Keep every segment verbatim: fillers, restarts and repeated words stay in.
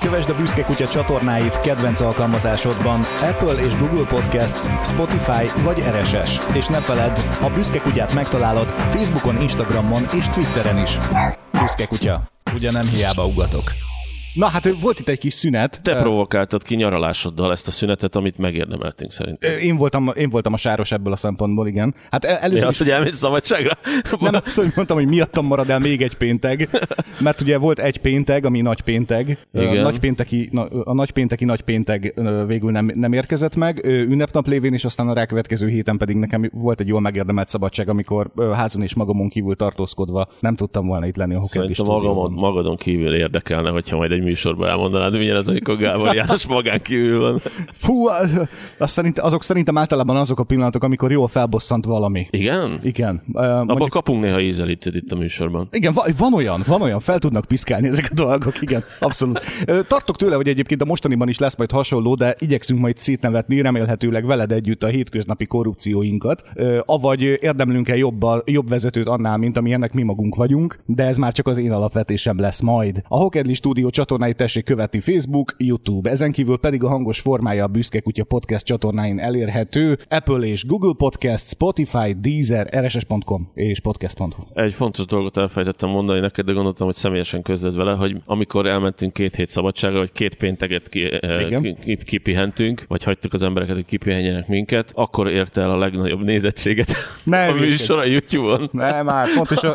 Kövesd a Büszke Kutya csatornáit kedvenc alkalmazásodban, Apple és Google Podcasts, Spotify vagy er es es. És ne feledd, a Büszke Kutyát megtalálod Facebookon, Instagramon és Twitteren is. Büszke Kutya. Ugye nem hiába ugatok. Na hát volt itt egy kis szünet. Te provokáltad ki nyaralásoddal ezt a szünetet, amit megérdemeltünk szerintem. Én voltam, én voltam a sáros ebből a szempontból, igen. Hát először azt, hogy elmész szabadságra? Nem, azt, hogy mondtam, hogy miattam marad el még egy péntek, mert ugye volt egy péntek, ami nagy péntek. A nagypénteki, a nagypénteki nagy péntek végül nem, nem érkezett meg, ünnepnap lévén, és aztán a rákövetkező héten pedig nekem volt egy jól megérdemelt szabadság, amikor házon és magamon kívül tartózkodva nem tudtam volna itt lenni a Hokedli stúdióban. Szerintem magadon kívül érdekelne, hogyha majd egy műsorban elmondanád, milyen az, amikor Gábor János magán kívül van. Fú, azt szerint, azok szerintem általában azok a pillanatok, amikor jól felbosszant valami. Igen? Igen. Uh, Abba mondjuk... kapunk néha ízelítőt itt a műsorban. Igen, van, van olyan, van olyan, fel tudnak piszkálni ezek a dolgok, igen, abszolút. Tartok tőle, hogy egyébként a mostaniban is lesz majd hasonló, de igyekszünk majd szétnevetni, remélhetőleg veled együtt a hétköznapi korrupcióinkat, avagy érdemlünk-e jobb, a, jobb vezetőt annál, mint ami ennek mi magunk vagyunk, de ez már csak az én alapvetésem lesz majd. A Hokedli Stúdió csatornáit tessék követni Facebook, YouTube, ezen kívül pedig a hangos formája a Büszke Kutya podcast csatornáin elérhető, Apple és Google Podcast, Spotify, Deezer, er es es pont com és podcast pont hu. Egy fontos dolgot elfelejtettem mondani neked, de gondoltam, hogy személyesen közlöd vele, hogy amikor elmentünk két hét szabadságra, vagy két pénteget ki, ki, kipihentünk, vagy hagytuk az embereket, hogy kipihenjenek minket, akkor érte el a legnagyobb nézettséget ne, a műsor a YouTube-on. Nem, már pontosan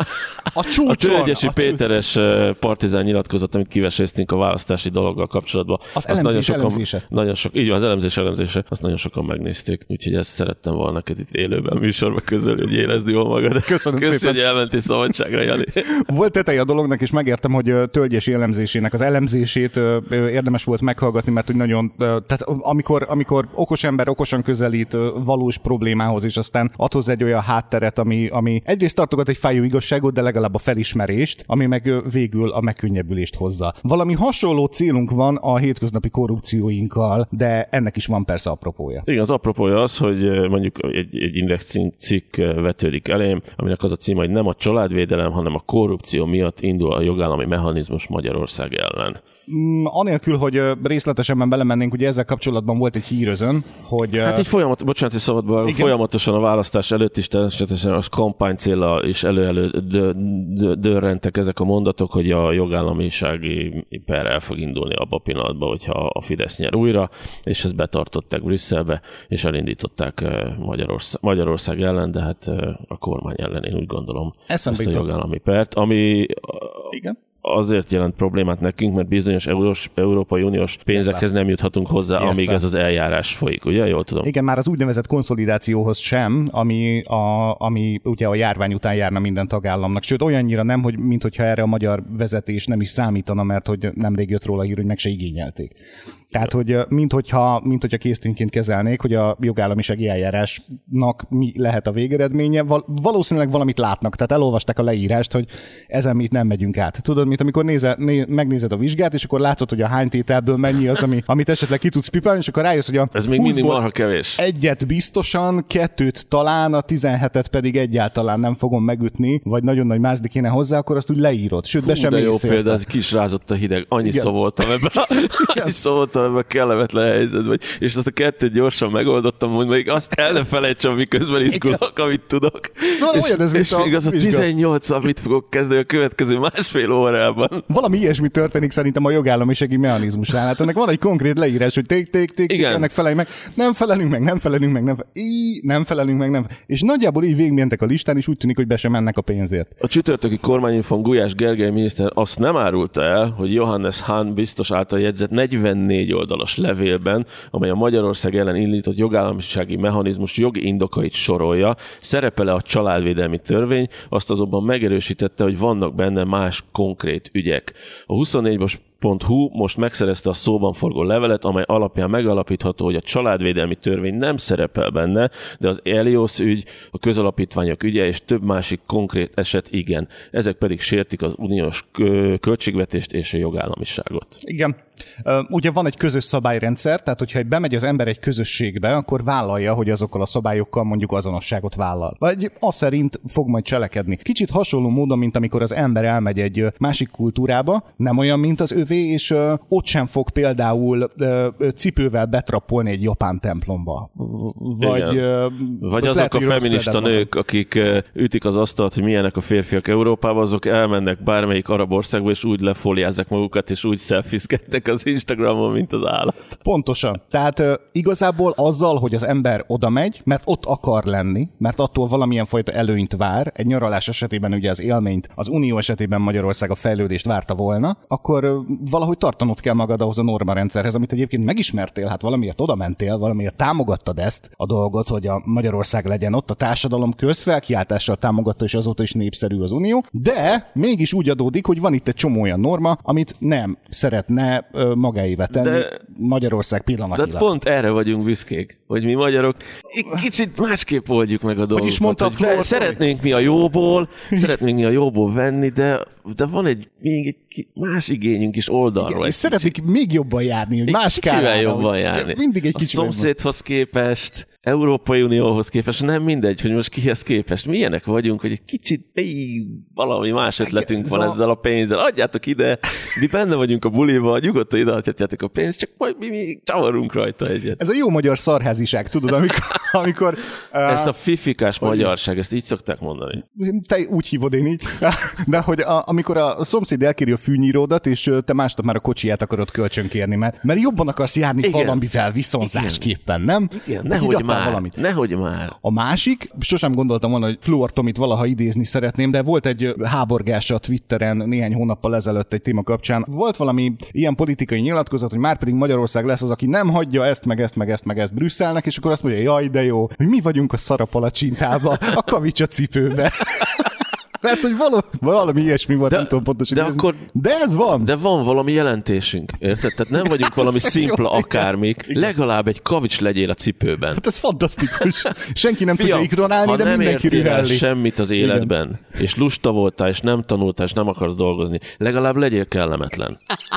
a csúcson. A Tölgyesi Péteres partizán nyilatkozat, amit kiveséztünk a választási dologgal kapcsolatban. Az elemzés nagyon sokan, elemzése. Nagyon sok, így van, az elemzés elemzése. Azt nagyon sokan megnézték. Úgyhogy ezt szerettem volna neked itt élőben műsorba közölni, hogy érezd jól magad. Köszönöm Köszi, szépen. hogy elmentél szabadságra, Jani. Volt teteje a dolognak, és megértem, hogy Tölgyesi elemzésének az elemzését érdemes volt meghallgatni, mert hogy nagyon, tehát amikor, amikor okos ember okosan közelít valós problémához, és aztán ad hozzá egy olyan hátteret, ami, ami egyrészt tartogat egy fájó igazságot, de legalább a felismerést, ami meg végül a megkönnyebbülést hozza. Valami hasonló célunk van a hétköznapi korrupcióinkkal, de ennek is van persze apropója. Igen, az apropója az, hogy mondjuk egy, egy index cikk vetődik elém, aminek az a cím, hogy nem a családvédelem, hanem a korrupció miatt indul a jogállami mechanizmus Magyarország ellen. Mm, anélkül, hogy részletesebben belemennénk, ugye ezzel kapcsolatban volt egy hírözön, hogy... Hát így folyamat, bocsánat, hogy szabadban, folyamatosan a választás előtt is természetesen az kampány céllal is elő-elő dö, dö, dörrentek ezek a mondatok, hogy a jogállamisági per el fog indulni abban a pillanatban, hogyha a Fidesz nyer újra, és ezt betartották Brüsszelbe, és elindították Magyarország, Magyarország ellen, de hát a kormány ellen én úgy gondolom Eszembe ezt a jogállami pert, ami... Igen. Azért jelent problémát nekünk, mert bizonyos eurós, Európai Uniós pénzekhez nem juthatunk hozzá, Érszem. amíg ez az eljárás folyik, ugye? Jól tudom? Igen, már az úgynevezett konszolidációhoz sem, ami, a, ami ugye a járvány után járna minden tagállamnak. Sőt, olyannyira nem, hogy minthogyha erre a magyar vezetés nem is számítana, mert hogy nemrég jött róla hír, hogy meg se igényelték. Tehát, hogy minthogyha, minthogyha késztényként kezelnék, hogy a jogállamisági eljárásnak mi lehet a végeredménye. Val- valószínűleg valamit látnak, tehát elolvasták a leírást, hogy ezen mi nem megyünk át. Tudod, mint amikor néze, né, megnézed a vizsgát, és akkor látod, hogy a hány tételből mennyi az, ami, amit esetleg ki tudsz pipálni, és akkor rájössz, hogy a ez még mindig marha kevés. Egyet biztosan, kettőt talán, a tizenhetet pedig egyáltalán nem fogom megütni, vagy nagyon nagy mázdi kéne hozzá, akkor azt úgy leírod. Sőt, be sem de jó érte. példa, ez kis rázott a hideg. Annyi szó voltam ebben. Annyi szó voltam ebben a kellemetlen helyzetben. És azt a kettőt gyorsan megoldottam, hogy még azt el ne felejtsem, miközben izgulok, amit tudok. Szóval és, olyan ez, mint és a még az a tizennyolc, amit fogok kezdeni a következő másfél órában. Valami ilyesmi történik szerintem a jogállamisági mechanizmusnál. Hát ennek van egy konkrét leírás, hogy ték, ték, ték, ték ennek felelj meg. Nem felelünk meg, nem felelünk meg, nem, fe... Í, nem felelünk meg, nem. És nagyjából így végigmentek a listán, és úgy tűnik, hogy be sem mennek a pénzért. A csütörtöki kormányinfon Gulyás Gergely miniszter azt nem árulta el, hogy Johannes Hahn biztos által jegyzett negyvennégy oldalas levélben, amely a Magyarország ellen indított jogállamisági mechanizmus jogi indokait sorolja, szerepele a családvédelmi törvény, azt azonban megerősítette, hogy vannak benne más konkrét ügyek. A huszonnégy pont hu most megszerezte a szóban forgó levelet, amely alapján megalapítható, hogy a családvédelmi törvény nem szerepel benne, de az Elios ügy, a közalapítványok ügye és több másik konkrét eset igen. Ezek pedig sértik az uniós költségvetést és a jogállamiságot. Igen. Ugye van egy közös szabályrendszer, tehát hogyha bemegy az ember egy közösségbe, akkor vállalja, hogy azokkal a szabályokkal mondjuk azonosságot vállal. Vagy az szerint fog majd cselekedni. Kicsit hasonló módon, mint amikor az ember elmegy egy másik kultúrába, nem olyan, mint az övé, és ott sem fog például cipővel betrappolni egy japán templomba. Vagy, Vagy azok lehet, a feminista nők, akik ütik az asztalt, hogy milyenek a férfiak Európában, azok elmennek bármelyik arab országba, és úgy lefóliázzák magukat, és úgy szelfizkednek az Instagramon, mint az állat. Pontosan. Tehát uh, igazából azzal, hogy az ember oda megy, mert ott akar lenni, mert attól valamilyen fajta előnyt vár, egy nyaralás esetében ugye az élményt, az Unió esetében Magyarország a fejlődést várta volna, akkor uh, valahogy tartanod kell magad ahhoz a normarendszerhez, amit egyébként megismertél, hát valamiért oda mentél, valamiért támogattad ezt a dolgot, hogy a Magyarország legyen ott, a társadalom közfelkiáltással támogatta, és azóta is népszerű az Unió, de mégis úgy adódik, hogy van itt egy csomó olyan norma, amit nem szeretne uh, magáévá tenni de, Magyarország pillanatnyilag. De pont erre vagyunk büszkék, hogy mi magyarok kicsit másképp oldjuk meg a dolgokat. Hogy is mondta hogy be, szeretnénk mi a jóból, szeretnénk mi a jóból venni, de, de van egy, még egy más igényünk is oldalról. Igen, és szeretnék még jobban járni, hogy más kicsivel jobban járni. Mindig egy a szomszédhoz képest, Európai Unióhoz képest, nem mindegy, hogy most kihez képest. Milyenek vagyunk, hogy egy kicsit éj, valami más ötletünk van ezzel a pénzzel. Adjátok ide, mi benne vagyunk a buliba, nyugodtan ide adjátok a pénzt, csak majd mi, mi csavarunk rajta egyet. Ez a jó magyar szarháziság, tudod, amikor... amikor uh, ezt a fifikás hogy... magyarság, ezt így szokták mondani. Te úgy hívod, én így. De hogy a, amikor a szomszéd elkéri a fűnyíródat, és te másnap már a kocsiját akarod kölcsönkérni, mert, mert jobban akarsz járni igen. valamivel viszonzásképpen, nem? Igen, nehogy már, valamit. nehogy már. A másik, sosem gondoltam volna, hogy Fluor Tomit valaha idézni szeretném, de volt egy háborgása a Twitteren néhány hónappal ezelőtt egy téma kapcsán. Volt valami ilyen politikai nyilatkozat, hogy már pedig Magyarország lesz az, aki nem hagyja ezt, meg ezt, meg ezt, meg ezt Brüsszelnek, és akkor azt mondja, jaj, de jó, hogy mi vagyunk a szarapalacsintában, a kavics a cipőbe. Mert hogy valami, valami ilyesmi volt, de, nem tudom pontosan. De, akkor, de ez van. De van valami jelentésünk, érted? Tehát nem vagyunk valami szimpla akármik. Legalább egy kavics legyél a cipőben. Hát ez fantasztikus. Senki nem tudja ignorálni, de mindenki rühelli. Semmit az életben, igen. és lusta voltál, és nem tanultál, és nem akarsz dolgozni, legalább legyél kellemetlen.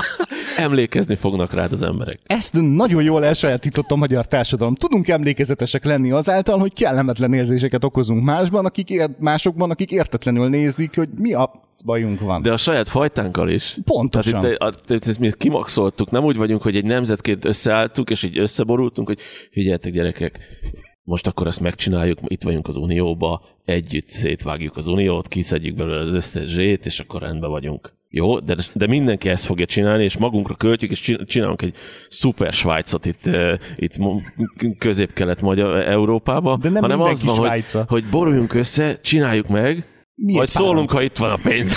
Emlékezni fognak rád az emberek. Ezt nagyon jól elsajátított a magyar társadalom. Tudunk emlékezetesek lenni azáltal, hogy kellemetlen érzéseket okozunk másban, akik ér- másokban, akik értetlenül nézik, hogy mi a bajunk van. De a saját fajtánkkal is. Pontosan. Tehát itt, itt, ezt mi kimaxoltuk. Nem úgy vagyunk, hogy egy nemzetként összeálltuk, és így összeborultunk, hogy figyeljetek gyerekek, most akkor ezt megcsináljuk, itt vagyunk az Unióba, együtt szétvágjuk az Uniót, kiszedjük belőle az összes zsét, és akkor rendben vagyunk. Jó, de, de mindenki ezt fogja csinálni, és magunkra költjük, és csinálunk egy szuper Svájcot itt, itt közép-kelet-magyar Európába, de nem hanem az van, hogy, hogy boruljunk össze, csináljuk meg, miért majd szólunk, párunk? Ha itt van a pénz.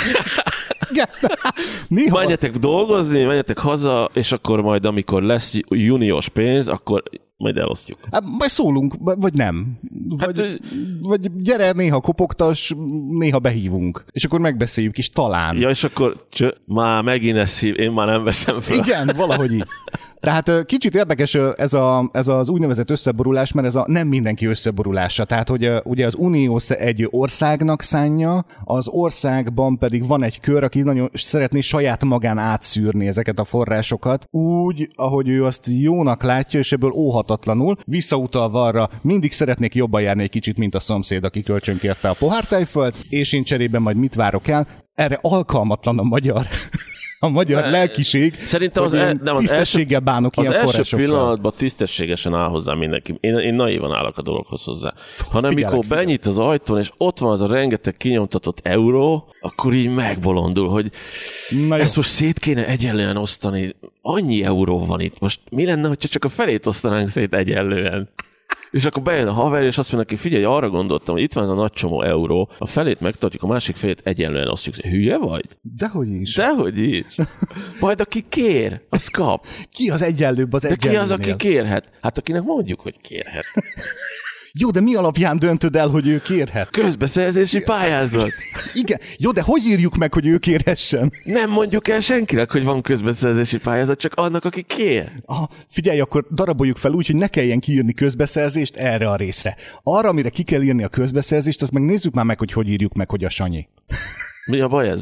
Menjetek dolgozni, menjetek haza, és akkor majd, amikor lesz juniós pénz, akkor majd elosztjuk. Hát, majd szólunk, vagy nem. Vagy, hát, vagy gyere, néha kopogtas, néha behívunk. És akkor megbeszéljük is, talán. Ja, és akkor csö, már megint ezt hív, én már nem veszem fel. Igen, valahogy így. Tehát kicsit érdekes ez, a, ez az úgynevezett összeborulás, mert ez a nem mindenki összeborulása. Tehát, hogy ugye az Unió egy országnak szánja, az országban pedig van egy kör, aki nagyon szeretné saját magán átszűrni ezeket a forrásokat, úgy, ahogy ő azt jónak látja, és ebből óhatatlanul, visszautalva arra, mindig szeretnék jobban járni egy kicsit, mint a szomszéd, aki kölcsönkérte a pohártejfölt, és én cserében majd mit várok el. Erre alkalmatlan a magyar... A magyar ne, lelkiség, szerintem az, el, nem, az tisztességgel bánok az ilyen első forrásokkal. pillanatban tisztességesen áll hozzá mindenki. Én, én naívan állok a dologhoz hozzá. Hanem figyelek, mikor figyelek. benyit az ajtón, és ott van az a rengeteg kinyomtatott euró, akkor így megbolondul, hogy Na ezt jó. most szét kéne egyenlően osztani. Annyi euró van itt. Most mi lenne, hogyha csak a felét osztanánk szét egyenlően? És akkor bejön a haver, és azt mondja neki, figyelj, arra gondoltam, hogy itt van ez a nagy csomó euró, a felét megtartjuk, a másik felét egyenlően osztjuk. Hülye vagy? Dehogy is. Dehogy is. Majd aki kér, az kap. Ki az egyenlőbb az egyenlőnél? De ki az, aki kérhet? Hát akinek mondjuk, hogy kérhet. Jó, de mi alapján döntöd el, hogy ő kérhet? Közbeszerzési pályázat. Igen. Jó, de hogy írjuk meg, hogy ő kérhessen? Nem mondjuk el senkinek, hogy van közbeszerzési pályázat, csak annak, aki kér. Ah, figyelj, akkor daraboljuk fel úgy, hogy ne kelljen kiírni közbeszerzést erre a részre. Arra, amire ki kell írni a közbeszerzést, azt meg nézzük már meg, hogy hogy írjuk meg, hogy a Sanyi. Mi a baj ezzel?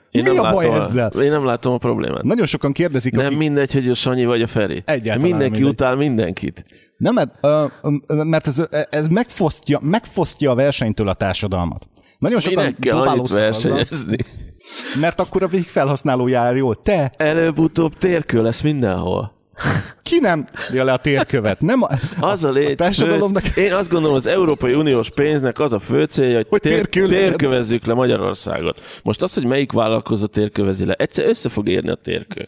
Én Mi nem a baj látom ezzel? A, én nem látom a problémát. Nagyon sokan kérdezik, Nem akik... mindegy, hogy a Sanyi vagy a Feri. Egyáltalán Mindenki mindegy. utál mindenkit. Nem, mert, ö, ö, mert ez, ez megfosztja, megfosztja a versenytől a társadalmat. Nagyon sokan Minek kell annyit dobálóztak versenyezni? azzal, mert akkor a végfelhasználó jár jól. Te, Előbb-utóbb térkő lesz mindenhol. ki nem írja le a térkövet? Nem a, Az a légy, a társadalomnak... fő, én azt gondolom, az Európai Uniós pénznek az a fő célja, hogy, Hogy tér, térkő legyen. térkövezzük le Magyarországot. Most az, hogy melyik vállalkozó térkövezi le, egyszer össze fog érni a térkő.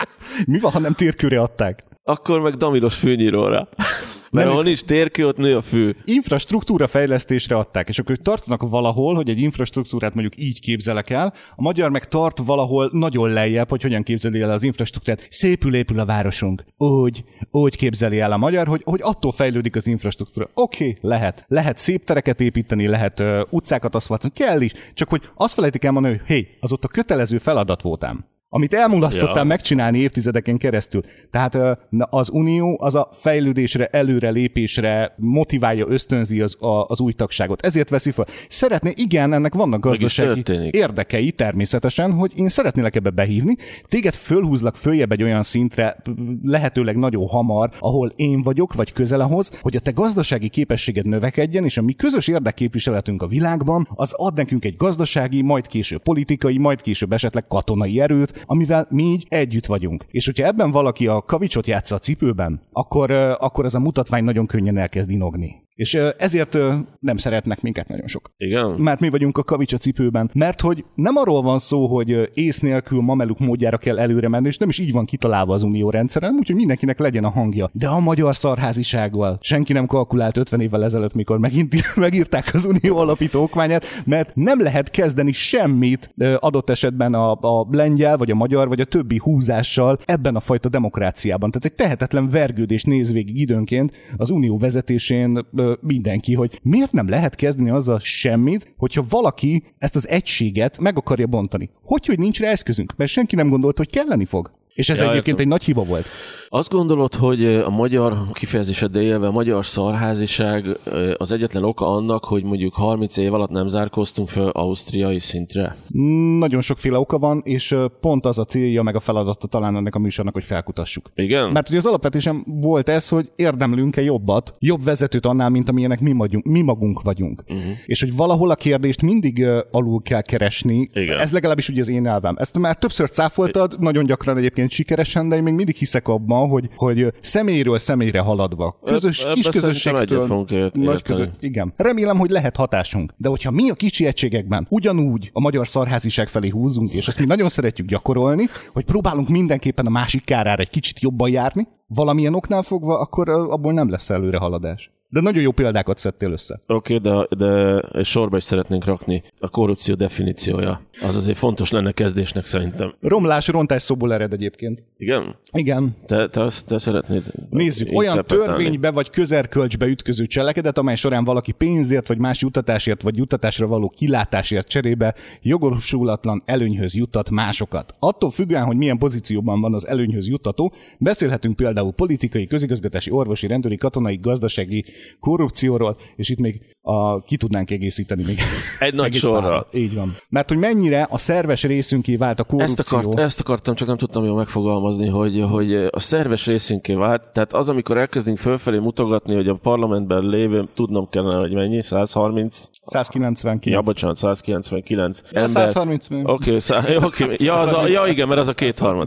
Mi van, ha nem térkőre adták? Akkor meg damilos fűnyíróra. Mert Nem, ahol nincs térkő, ott nő a fű. Infrastruktúra fejlesztésre adták, és akkor ők tartanak valahol, hogy egy infrastruktúrát mondjuk így képzelek el, a magyar meg tart valahol nagyon lejjebb, hogy hogyan képzeli el az infrastruktúrát. Szépül épül a városunk. Úgy, úgy képzeli el a magyar, hogy, hogy attól fejlődik az infrastruktúra. Oké, okay, lehet. Lehet szép tereket építeni, lehet uh, utcákat aszfaltolni, kell is. Csak hogy azt felejtik el mondani, hogy hé, az ott a kötelező feladat voltám, amit elmulasztottál ja. megcsinálni évtizedeken keresztül. Tehát az Unió az a fejlődésre, előrelépésre motiválja, ösztönzi az, a, az új tagságot. Ezért veszi fel. Szeretné, igen, ennek vannak gazdasági érdekei természetesen, hogy én szeretnélek ebbe behívni. Téged fölhúzlak följebb egy olyan szintre, lehetőleg nagyon hamar, ahol én vagyok, vagy közel ahhoz, hogy a te gazdasági képességed növekedjen, és a mi közös érdekképviseletünk a világban, az ad nekünk egy gazdasági, majd később politikai, majd később esetleg katonai erőt, amivel mi így együtt vagyunk. És hogyha ebben valaki a kavicsot játsza a cipőben, akkor, akkor az a mutatvány nagyon könnyen elkezd inogni. És ezért nem szeretnek minket nagyon sok. Igen? Mert mi vagyunk a kavics a cipőben. Mert hogy nem arról van szó, hogy ész nélkül mameluk módjára kell előre menni, és nem is így van kitalálva az unió rendszeren, úgyhogy mindenkinek legyen a hangja. De a magyar szarházisággal senki nem kalkulált ötven évvel ezelőtt, mikor megint megírták az unió alapító okmányát, mert nem lehet kezdeni semmit adott esetben a, a lengyel, vagy a magyar, vagy a többi húzással ebben a fajta demokráciában. Tehát egy tehetetlen vergődés néz végig időnként az unió vezetésén mindenki, hogy miért nem lehet kezdeni azzal semmit, hogyha valaki ezt az egységet meg akarja bontani. Hogy, hogy nincs rá eszközünk? Mert senki nem gondolt, hogy kelleni fog. És ez ja, egyébként értem. Egy nagy hiba volt. Azt gondolod, hogy a magyar kifejezéseddel élve a magyar szarháziság az egyetlen oka annak, hogy mondjuk harminc év alatt nem zárkóztunk fel ausztriai szintre? Nagyon sokféle oka van, és pont az a célja meg a feladata talán ennek a műsornak, hogy felkutassuk. Igen? Mert ugye az alapvetésem volt ez, hogy érdemlünk-e jobbat, jobb vezetőt annál, mint amilyenek mi, vagyunk, mi magunk vagyunk. Uh-huh. És hogy valahol a kérdést mindig alul kell keresni. Igen. Ez legalábbis ugye az én elvem. Ezt már többször cáfoltad, nagyon gyakran egyébként sikeresen, de én még mindig hiszek abban, hogy, hogy személyről személyre haladva. Közös, e, kis közösségtől, nagy között, igen. Remélem, hogy lehet hatásunk. De hogyha mi a kicsi egységekben ugyanúgy a magyar szarháziság felé húzunk, és ezt mi nagyon szeretjük gyakorolni, hogy próbálunk mindenképpen a másik kárára egy kicsit jobban járni, valamilyen oknál fogva, akkor abból nem lesz előrehaladás. De nagyon jó példákat szedtél össze. Oké, okay, de, de sorba is szeretnénk rakni a korrupció definíciója. Az azért fontos lenne kezdésnek szerintem. Romlás, rontás szóból ered egyébként. Igen? Igen. Te, te, azt, te szeretnéd Nézzük, olyan törvénybe vagy közerkölcsbe ütköző cselekedet, amely során valaki pénzért vagy más juttatásért vagy juttatásra való kilátásért cserébe jogosulatlan előnyhöz juttat másokat. Attól függően, hogy milyen pozícióban van az előnyhöz juttató, beszélhetünk például politikai, közigazgatási, orvosi, rendőri, katonai, gazdasági korrupcióról, és itt még a, ki tudnánk egészíteni még. Egy nagy sorra. Így van. Mert hogy mennyire a szerves részünké vált a korrupció. Ezt, akart, ezt akartam, csak nem tudtam jól megfogalmazni, hogy, hogy a szerves részünké vált, tehát az, amikor elkezdünk fölfelé mutogatni, hogy a parlamentben lévő, tudnom kellene, hogy mennyi, száz harminc? száz kilencvenkilenc. Ja, bocsánat, száz kilencvenkilenc. Ja, ember... száz harminc. Oké, okay, szá... okay. ja, a... ja, igen, mert az a kétharmad.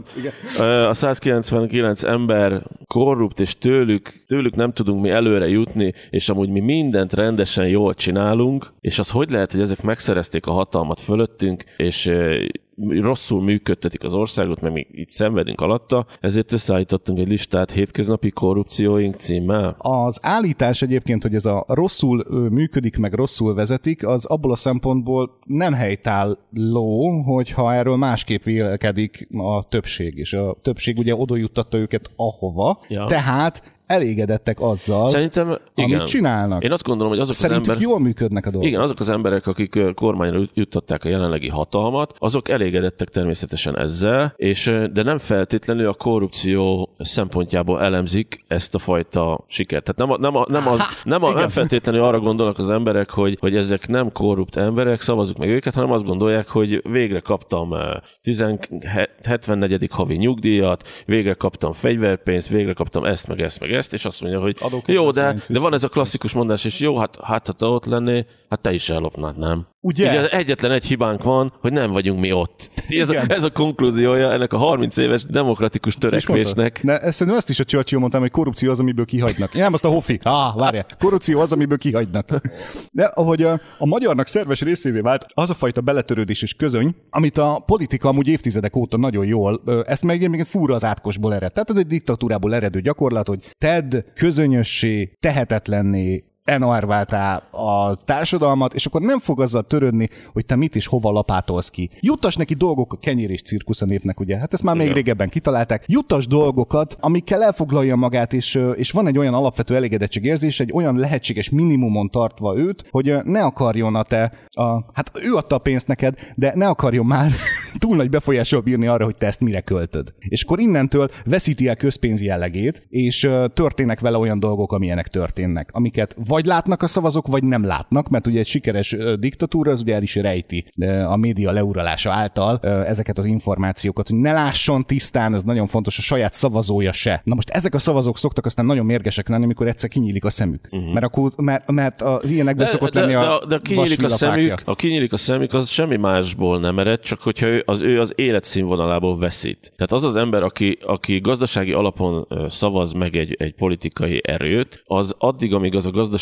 A száz kilencvenkilenc ember korrupt, és tőlük, tőlük nem tudunk mi előre jutni, és amúgy mi mindent rendesen jól csinálunk, és az hogy lehet, hogy ezek megszerezték a hatalmat fölöttünk, és rosszul működtetik az országot, mert mi itt szenvedünk alatta, ezért összeállítottunk egy listát hétköznapi korrupcióink címmel. Az állítás egyébként, hogy ez a rosszul működik, meg rosszul vezetik, az abból a szempontból nem helytálló, hogyha erről másképp vélekedik a többség, és a többség ugye oda juttatta őket ahova, ja. Tehát elégedettek azzal, Szerintem, igen. amit csinálnak. Én azt gondolom, hogy azok Szerintük az emberek... jól működnek a dolgok. Igen, azok az emberek, akik kormányra juttatták a jelenlegi hatalmat, azok elégedettek természetesen ezzel, és, de nem feltétlenül a korrupció szempontjából elemzik ezt a fajta sikert. Tehát nem, a, nem, a, nem, az, nem, a, nem feltétlenül arra gondolnak az emberek, hogy, hogy ezek nem korrupt emberek, szavazzuk meg őket, hanem azt gondolják, hogy végre kaptam hetvennegy havi nyugdíjat, végre kaptam fegyverpénzt, végre kaptam ezt, meg ezt, meg ezt, és azt mondja, hogy Adok jó, de, de van ez a klasszikus mondás, és jó, hát, hát ha te ott lennél, hát te is ellopnád, nem? Ugye? Ugye egyetlen egy hibánk van, hogy nem vagyunk mi ott. Ez a, ez a konklúziója ennek a harminc éves demokratikus törekvésnek. Ne, ezt szerintem ezt is a Churchill mondtam, hogy korrupció az, amiből kihagynak. Nem, azt a Hoffi. Ah, várjál. Korrupció az, amiből kihagynak. De ahogy a, a magyarnak szerves részévé vált az a fajta beletörődés és közöny, amit a politika amúgy évtizedek óta nagyon jól, ezt meg még fúra az átkosból ered. Tehát ez egy diktatúrából eredő gyakorlat, hogy tedd közönyössé, tehetetlenné, enarváltál a társadalmat, és akkor nem fog azzal törődni, hogy te mit és hova lapátolsz ki. Juttas neki dolgok, a kenyér és cirkusz a népnek, ugye? Hát ezt már még Igen. régebben kitalálták. Juttas dolgokat, amikkel elfoglalja magát, és, és van egy olyan alapvető elégedettségérzés, egy olyan lehetséges minimumon tartva őt, hogy ne akarjon a te, a, hát ő adta a pénzt neked, de ne akarjon már túl nagy befolyással bírni arra, hogy te ezt mire költöd. És akkor innentől veszíti el közpénz jellegét, és történnek vele olyan dolgok, amilyenek történnek, amiket vagy látnak a szavazók, vagy nem látnak, mert ugye egy sikeres diktatúra az ugye el is rejti a média leuralása által ezeket az információkat, hogy ne lásson tisztán, ez nagyon fontos, a saját szavazója se. Na most ezek a szavazók szoktak aztán nagyon mérgesek lenni, amikor egyszer kinyílik a szemük. Uh-huh. Mert, akkor, mert, mert az ilyenekben de, szokott de, lenni a de, de kinyílik a szemük, a kinyílik a szemük, az semmi másból nem ered, csak hogyha ő az, ő az életszínvonalából veszít. Tehát az az ember, aki, aki gazdasági alapon szavaz meg egy, egy politikai erőt, az addig, amíg az a gazdasági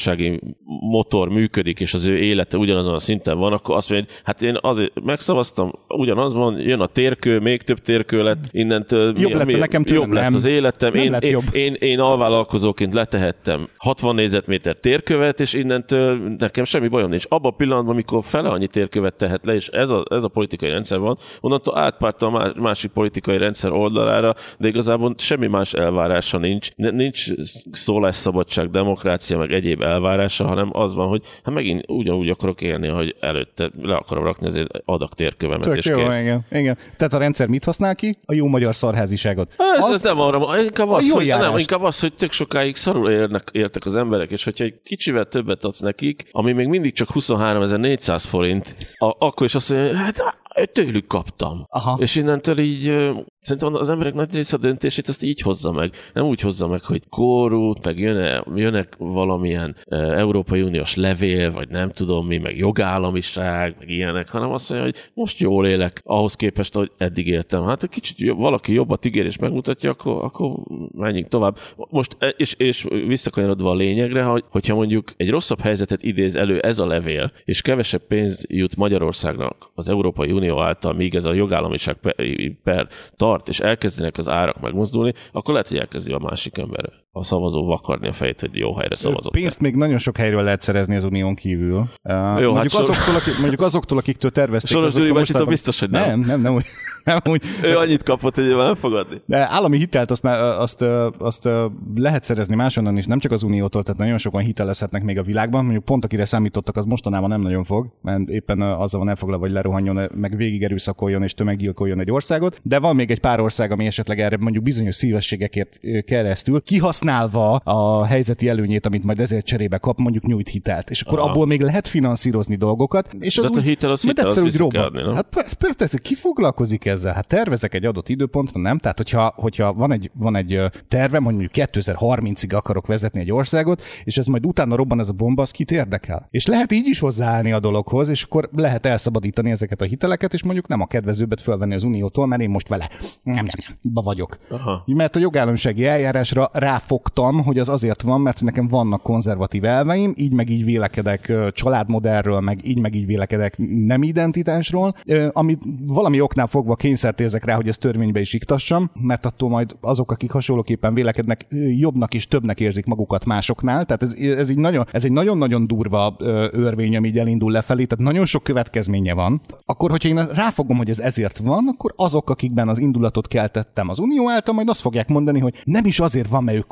motor működik, és az ő élete ugyanazon a szinten van, akkor azt mondja, hogy hát én azért megszavaztam, ugyanaz van, jön a térkő, még több térkő lett, innentől jobb, mi, lett, mi, nekem jobb lett nem, az életem, én, én, én, én alvállalkozóként letehettem hatvan négyzetméter térkövet, és innentől nekem semmi bajom nincs. Abban a pillanatban, amikor fele annyi térkövet tehet le, és ez a, ez a politikai rendszer van, onnantól átpárta a másik politikai rendszer oldalára, de igazából semmi más elvárása nincs. Nincs szólásszabadság, demokrácia, meg egyéb elvárása, hanem az van, hogy hát megint ugyanúgy akarok élni, hogy előtte le akarom rakni az adag térkövemet, Tök és jó, kész. Igen, igen. Tehát a rendszer mit használ ki? A jó magyar szarháziságot. Hát, az, ez nem arra, inkább az, hogy, nem, inkább az, hogy tök sokáig szarul élnek, éltek az emberek, és hogyha egy kicsivel többet adsz nekik, ami még mindig csak huszonháromezer-négyszáz forint, a, akkor is azt mondja, hát tőlük kaptam. Aha. És innentől így szerintem az emberek nagy része a döntését azt így hozza meg. Nem úgy hozza meg, hogy korrupt, meg jön-e, jön-e valamilyen e, Európai Uniós levél, vagy nem tudom mi, meg jogállamiság, meg ilyenek, hanem azt mondja, hogy most jól élek ahhoz képest, hogy eddig éltem. Hát egy kicsit jobb, valaki jobbat ígér és megmutatja, akkor, akkor menjünk tovább. Most, és, és visszakanyarodva a lényegre, hogy, hogyha mondjuk egy rosszabb helyzetet idéz elő ez a levél, és kevesebb pénz jut Magyarországnak az Európai Unió által, míg ez a jogállamiság per, per tart, és elkezdenek az árak megmozdulni, akkor lehet, hogy elkezdi a másik ember, a szavazó vakarni a fejét, hogy jó helyre szavazott. Pénzt még nagyon sok helyről lehet szerezni az unión kívül. Uh, jó, mondjuk, hát azoktól, sor... akik, mondjuk azoktól, akiktől tervezték. Soros Gyuri bácsitól biztos, hogy nem. Nem, nem, nem. Úgy, nem úgy. Ő annyit kapott, hogy nem fogadni. De állami hitelt azt, azt, azt lehet szerezni máshonnan is, nem csak az uniótól, tehát nagyon sokan hitelezhetnek még a világban. Mondjuk pont akire számítottak, az mostanában nem nagyon fog, mert éppen azzal van elfoglalva, hogy lerohanjon, meg végig erőszakoljon és tömeggyilkoljon egy országot. De van még egy pár ország, ami esetleg erre mondjuk bizonyos szívességekért keresztül kihasználva a helyzeti előnyét, amit majd ezért cserébe kap, mondjuk nyújt hitelt. És akkor Aha. abból még lehet finanszírozni dolgokat. És az de úgy, a hitel az hitel, az robban. Hát persze, ki foglalkozik ezzel? Hát tervezek egy adott időpontra, nem? Tehát, hogyha, hogyha van egy, van egy terve, mondjuk kétezer-harmincig akarok vezetni egy országot, és ez majd utána robban ez a bomba, az kit érdekel? És lehet így is hozzáállni a dologhoz, és akkor lehet elszabadítani ezeket a hiteleket, és mondjuk nem a kedvezőbbet fölvenni az uniótól, mert én most vele nem, nem, nem, ba vagyok. Aha. Mert a jogállamisági eljárásra ráfogtam, hogy az azért van, mert nekem vannak konzervatív elveim, így meg így vélekedek családmodellről, meg így meg így vélekedek nem identitásról, amit valami oknál fogva kényszert érzek rá, hogy ezt törvénybe is iktassam, mert attól majd azok, akik hasonlóképpen vélekednek, jobbnak és többnek érzik magukat másoknál, tehát ez, ez, így nagyon, ez egy nagyon-nagyon durva örvény, ami így elindul lefelé, tehát nagyon sok következménye van. Akkor, hogyha én ráfogom, hogy ez ezért van, akkor azok, akikben az indulatot keltettem az unió által, majd azt fogják mondani, hogy nem is azért van, mert ők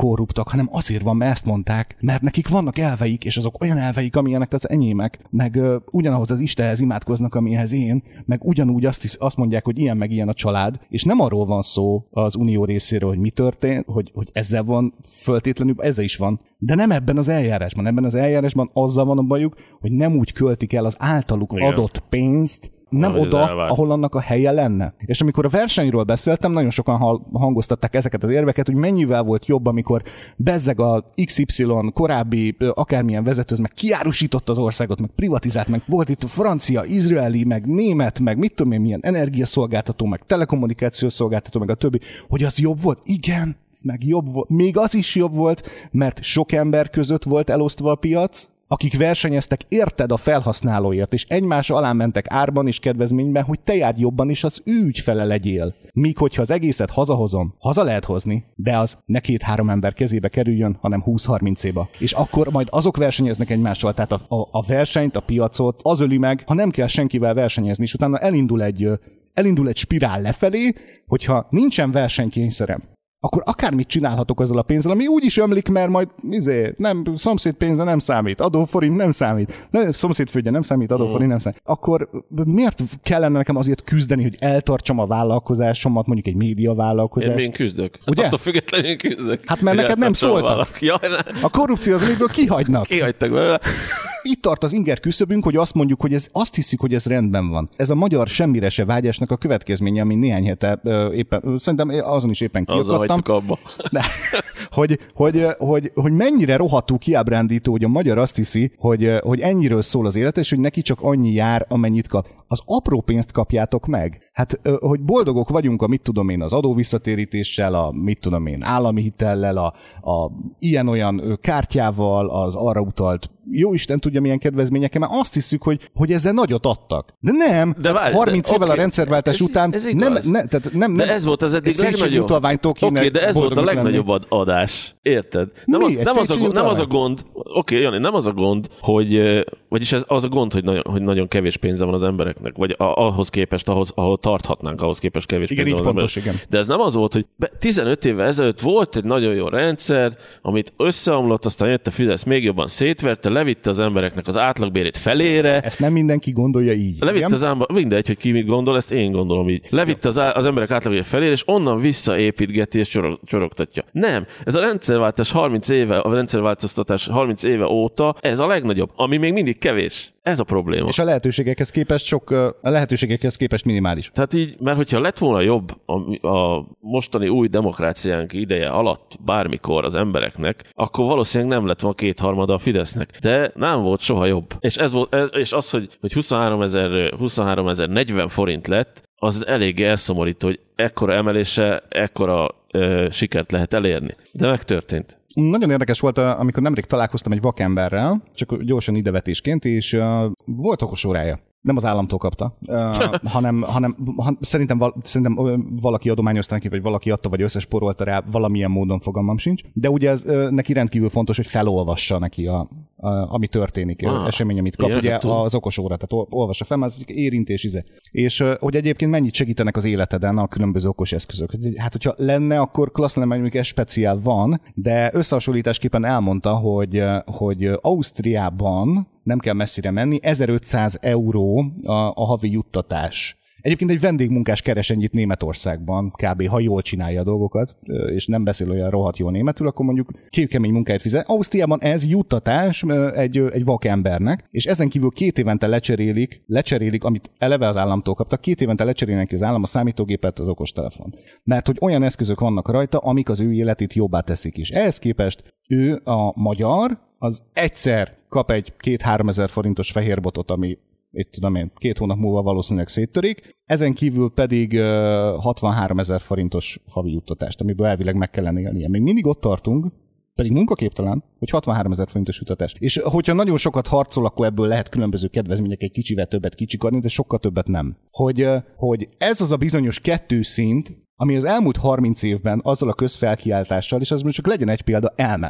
korruptak, hanem azért van, mert ezt mondták, mert nekik vannak elveik, és azok olyan elveik, amilyenek az enyémek, meg uh, ugyanahoz az Istenhez imádkoznak, amihez én, meg ugyanúgy azt, is, azt mondják, hogy ilyen meg ilyen a család, és nem arról van szó az unió részéről, hogy mi történt, hogy, hogy ezzel van föltétlenül, ezzel is van, de nem ebben az eljárásban. Ebben az eljárásban azzal van a bajuk, hogy nem úgy költik el az általuk igen. adott pénzt, nem ahogy oda, ahol annak a helye lenne. És amikor a versenyről beszéltem, nagyon sokan hangoztatták ezeket az érveket, hogy mennyivel volt jobb, amikor bezzeg a iksz ipszilon korábbi akármilyen vezetőz, meg kiárusított az országot, meg privatizált, meg volt itt a francia, izraeli, meg német, meg mit tudom én, milyen energiaszolgáltató, meg telekommunikációs szolgáltató, meg a többi, hogy az jobb volt. Igen, ez meg jobb volt. Még az is jobb volt, mert sok ember között volt elosztva a piac, akik versenyeztek érted a felhasználóért, és egymás alá mentek árban és kedvezményben, hogy te járj jobban, és az ő ügyfele legyél. Míg hogyha az egészet hazahozom, haza lehet hozni, de az ne két-három ember kezébe kerüljön, hanem húsz-harmincéba. És akkor majd azok versenyeznek egymással, tehát a, a, a versenyt, a piacot az öli meg, ha nem kell senkivel versenyezni, és utána elindul egy, elindul egy spirál lefelé, hogyha nincsen versenykényszerem, akkor akármit csinálhatok azzal a pénzzel, ami úgy is ömlik, mert majd izé, nem, szomszéd pénze nem számít, adóforint nem számít, ne, szomszéd földje nem számít, adóforint nem számít. Akkor miért kellene nekem azért küzdeni, hogy eltartsam a vállalkozásomat, mondjuk egy média vállalkozást? Én, én küzdök. Ugye? Attól függetlenül én küzdök. Hát mert neked nem szóltak. Ja, ne. A korrupció az, amiből kihagynak. Kihagytak belőle. Itt tart az inger küszöbünk, hogy azt mondjuk, hogy ez, azt hiszük, hogy ez rendben van. Ez a magyar semmire se vágyásnak a következménye, ami néhány hete ö, éppen, ö, szerintem azon is éppen kiakadtam. De, hogy, hogy, hogy, hogy mennyire rohadtul kiábrándító, hogy a magyar azt hiszi, hogy, hogy ennyiről szól az élet, és hogy neki csak annyi jár, amennyit kap. Az apró pénzt kapjátok meg. Hát, hogy boldogok vagyunk a mit tudom én az adóvisszatérítéssel, a mit tudom én állami hitellel, a, a ilyen-olyan kártyával, az arra utalt jó Isten tudja milyen kedvezményekkel, mert azt hiszük, hogy, hogy ezzel nagyot adtak. De nem, de várj, harminc de, évvel okay, a rendszerváltás ez, után ez nem, ne, tehát nem, de nem, ez volt az eddig legnagyobb. Oké, okay, de ez volt a legnagyobb lenni. adás. Érted? Nem, a, nem, az, a, nem az a gond, oké, okay, Jani, nem az a gond, hogy, vagyis ez az a gond, hogy nagyon, hogy nagyon kevés pénze van az embereknek, vagy ahhoz képest, ahhoz, ahol tarthatnánk, ahhoz képest kevés igen, pénze van pontos, az embereknek. De ez nem az volt, hogy tizenöt évvel ezelőtt volt egy nagyon jó rendszer, amit összeomlott, aztán jött a Fidesz, még jobban szétverte, levitte az embereknek az átlagbérét felére. Ezt nem mindenki gondolja így. Levitte az ámba, mindegy, hogy ki mit gondol, ezt én gondolom így. Levitte az, á, az emberek átlagbérét felére, és onnan visszaépítgeti és csorog, csorogtatja. Nem, ez a rendszerváltás harminc éve, a rendszerváltoztatás harminc éve óta, ez a legnagyobb, ami még mindig kevés. Ez a probléma. És a lehetőségekhez képest sok, a lehetőségekhez képest minimális. Tehát így, mert hogyha lett volna jobb a, a mostani új demokráciánk ideje alatt bármikor az embereknek, akkor valószínűleg nem lett volna kétharmada a Fidesznek. De nem volt soha jobb. És, ez volt, és az, hogy, hogy huszonhárom ezer negyven forint lett, az eléggé elszomorító, hogy ekkora emelése, ekkora ö, sikert lehet elérni. De megtörtént. Nagyon érdekes volt, amikor nemrég találkoztam egy vakemberrel, csak gyorsan idevetésként, és uh, volt okosórája. Nem az államtól kapta, uh, hanem, hanem han, szerintem, val, szerintem valaki adományozta neki, vagy valaki adta, vagy összesporolta rá, valamilyen módon fogalmam sincs. De ugye ez uh, neki rendkívül fontos, hogy felolvassa neki, a, a, ami történik, ah, esemény, amit kap, ugye az okosóra, tehát olvassa fel, az érintés íze. És uh, hogy egyébként mennyit segítenek az életeden a különböző okos eszközök. Hát, hogyha lenne, akkor klassz lenne, mert mondjuk ez speciál van, de összehasonlításképpen elmondta, hogy, hogy Ausztriában nem kell messzire menni, ezerötszáz euró a, a havi juttatás. Egyébként egy vendégmunkás keres ennyit Németországban, kb. Ha jól csinálja a dolgokat, és nem beszél olyan rohadt jól németül, akkor mondjuk kőkemény munkáért fizet. Ausztriában ez juttatás egy, egy vakembernek, és ezen kívül két évente lecserélik, lecserélik, amit eleve az államtól kaptak, két évente lecserélnek az állam a számítógépet, az okostelefon. Mert hogy olyan eszközök vannak rajta, amik az ő életét jobbá teszik is. Ehhez képest ő a magyar, az egyszer kap egy két-három ezer forintos fehérbotot, ami itt tudom én, két hónap múlva valószínűleg széttörik, ezen kívül pedig uh, hatvanhárom ezer forintos havi juttatást, amiből elvileg meg kellene élnie. Még mindig ott tartunk, pedig munkaképtelen, hogy hatvanhárom ezer forintos juttatást. És hogyha nagyon sokat harcol, akkor ebből lehet különböző kedvezmények egy kicsivel többet kicsikarni, de sokkal többet nem. Hogy, uh, hogy ez az a bizonyos kettő szint, ami az elmúlt harminc évben azzal a közfelkiáltással, és az most csak legyen egy példa, elment.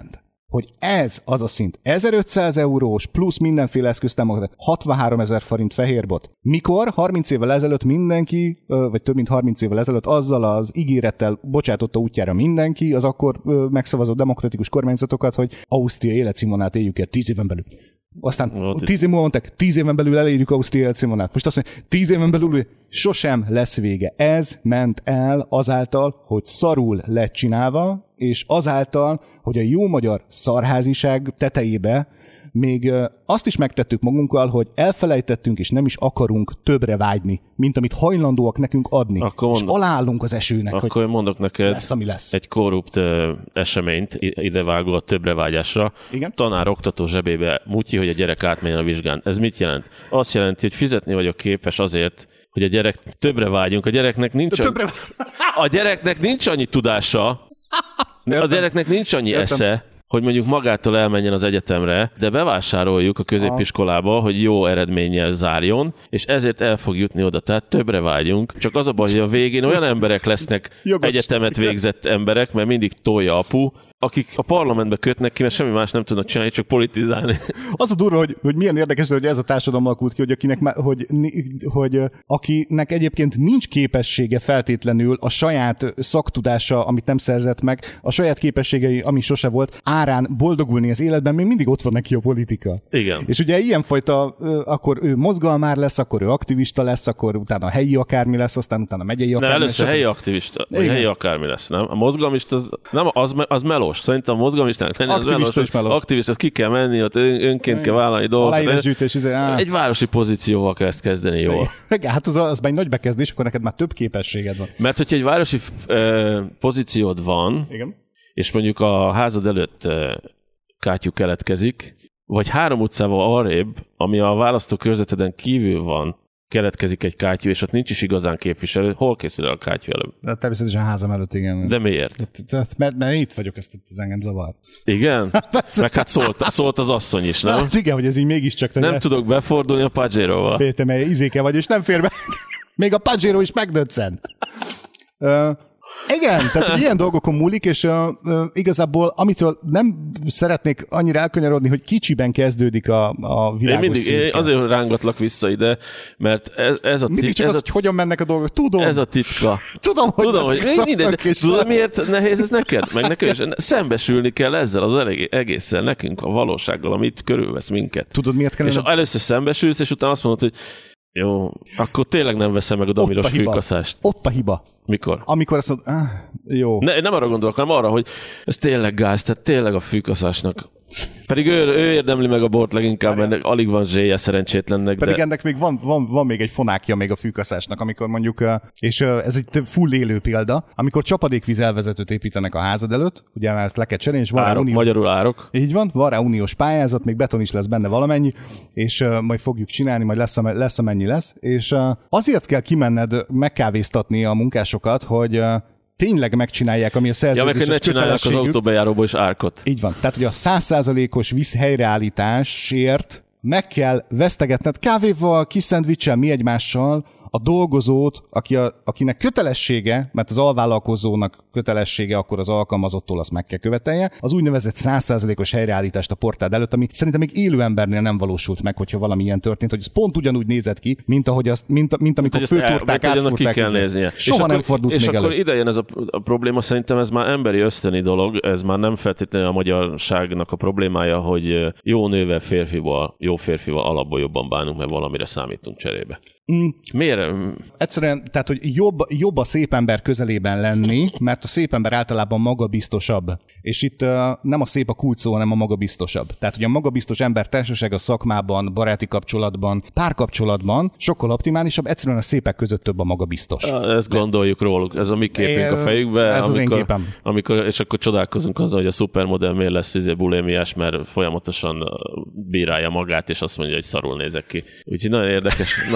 hogy ez az a szint ezerötszáz eurós plusz mindenféle eszköztámogatás, hatvanhárom ezer forint fehérbot. Mikor harminc évvel ezelőtt mindenki, vagy több mint harminc évvel ezelőtt azzal az ígérettel bocsátotta útjára mindenki, az akkor megszavazott demokratikus kormányzatokat, hogy Ausztria életszínvonalát éljük el tíz éven belül. Aztán no, tíz év múlva mondták, tíz éven belül elérjük Ausztria életszínvonalát. Most azt mondja, tíz éven belül sosem lesz vége. Ez ment el azáltal, hogy szarul lett csinálva, és azáltal, hogy a jó magyar szarháziság tetejébe még azt is megtettük magunkkal, hogy elfelejtettünk, és nem is akarunk többre vágyni, mint amit hajlandóak nekünk adni. Akkor és mondok, alállunk az esőnek, akkor hogy mondok neked lesz, ami lesz. Egy korrupt uh, eseményt idevágó a többre vágyásra. Igen? Tanár oktató zsebébe mutyi, hogy a gyerek átmenjen a vizsgán. Ez mit jelent? Azt jelenti, hogy fizetni vagyok képes azért, hogy a gyerek többre vágyunk. A gyereknek nincs, többre... a gyereknek nincs annyi tudása, a gyereknek nincs annyi Értem. esze, hogy mondjuk magától elmenjen az egyetemre, de bevásároljuk a középiskolába, hogy jó eredménnyel zárjon, és ezért el fog jutni oda. Tehát többre vágyunk. Csak az a baj, hogy a végén olyan emberek lesznek, Jogos. egyetemet végzett emberek, mert mindig tolja apu, akik a parlamentbe kötnek ki, mert semmi más nem tudnak csinálni, csak politizálni. Az a durva, hogy, hogy milyen érdekes, hogy ez a társadalom alakult ki, hogy, akinek, hogy, hogy akinek egyébként nincs képessége feltétlenül a saját szaktudása, amit nem szerzett meg, a saját képességei, ami sose volt, árán boldogulni az életben, még mindig ott van neki a politika. Igen. És ugye ilyenfajta, akkor ő mozgalmár lesz, akkor ő aktivista lesz, akkor utána helyi akármi lesz, aztán utána megyei akármi lesz. Nem, először helyi aktivista, vagy helyi akármi lesz, nem? A mozgalmista az, nem, az, az meló. Szerintem a mozgalmistának menni, az aktivista is meló. Aktivista, az ki kell menni, ott önként kell vállalni dolgokat. Izé, egy városi pozícióval kell ezt kezdeni jól. Hát az, az már egy nagy bekezdés, akkor neked már több képességed van. Mert hogyha egy városi uh, pozíciód van, Igen. és mondjuk a házad előtt uh, kátyú keletkezik, vagy három utcával arrébb, ami a választókörzeteden kívül van, keletkezik egy kátyú, és ott nincs is igazán képviselő, hol készül el a kátyú előbb? De természetesen a házam előtt, igen. De miért? Mert, mert, mert itt vagyok, ezt ez engem zavar. Igen? Meg hát szólt, szólt az asszony is, nem? Hát igen, hogy ez így mégiscsak... Nem ezt... tudok befordulni a Pajero-val. Féltem, mert izéke vagy, és nem fér be. Még a Pajero is megdöccen. Uh, Igen, tehát hogy ilyen dolgokon múlik, és uh, uh, igazából amitől nem szeretnék annyira elkanyarodni, hogy kicsiben kezdődik a, a világos én mindig, én azért rángatlak vissza ide, mert ez, ez a titka. Mindig csak ez az, a, hogy hogyan mennek a dolgok. Tudom. Ez a titka. Tudom, hogy, Tudom, hogy minden, tudod, miért nehéz ez neked? Meg nekem is. Szembesülni kell ezzel az egésszel nekünk, a valósággal, amit körülvesz minket. Tudod, miért kellene? És először szembesülsz, és utána azt mondod, hogy jó, akkor tényleg nem veszem meg a dominos fűkaszást. Ott a hiba. Mikor? Amikor azt mondod, ah, jó. Ne, nem arra gondolok, hanem arra, hogy ez tényleg gáz, tehát tényleg a fűkaszásnak. Pedig ő, ő érdemli meg a bort leginkább, mert alig van zséje szerencsétlennek. Pedig de... ennek még van, van, van még egy fonákja még a fűkaszásnak, amikor mondjuk, és ez egy full élő példa, amikor csapadékvíz elvezetőt építenek a házad előtt, ugye már le kell cserélni, és van árok, unió... magyarul árok. Így van, van rá uniós pályázat, még beton is lesz benne valamennyi, és uh, majd fogjuk csinálni, majd lesz, lesz amennyi lesz, és uh, azért kell kimenned megkávéztatni a munkásokat, hogy uh, tényleg megcsinálják, ami a szerződéses ja, meg, hogy ne csinálják az autóbejáróból is árkot. Így van. Tehát, hogy a száz százalékos víz helyreállításért meg kell vesztegetned kávéval, kis szendvicsel, mi egymással a dolgozót, aki a, akinek kötelessége, mert az alvállalkozónak kötelessége, akkor az alkalmazottól azt meg kell követelje, az úgynevezett száz százalékos helyreállítást a portád előtt, ami szerintem még élő embernél nem valósult meg, hogyha valami ilyen történt, hogy ez pont ugyanúgy nézett ki, mint ahogy azt, mint, mint amikor főtorták átfúrták. Ki kell néznie. Soha nem fordult és még akkor elő. ide jön ez a, a probléma, szerintem ez már emberi ösztöni dolog, ez már nem feltétlenül a magyarságnak a problémája, hogy jó nővel, férfival, jó férfival alapból jobban bánunk, mert valamire számítunk cserébe. Mm. Miért? Egyszerűen, tehát, hogy jobb, jobb a szép ember közelében lenni, mert a szép ember általában magabiztosabb. És itt uh, nem a szép a kulcs szó, hanem a magabiztosabb. Tehát, hogy a magabiztos ember társaság a szakmában, baráti kapcsolatban, párkapcsolatban sokkal optimálisabb, egyszerűen a szépek között több a magabiztos. Ezt gondoljuk róluk, ez a mi képünk é, a fejükbe. Ez amikor, az én képem. Amikor, és akkor csodálkozunk azon, hogy a szupermodell miért lesz izé bulémiás, mert folyamatosan bírálja magát, és azt mondja, hogy szarul nézek ki. Úgyhogy nagyon érdekes, nagyon érdekes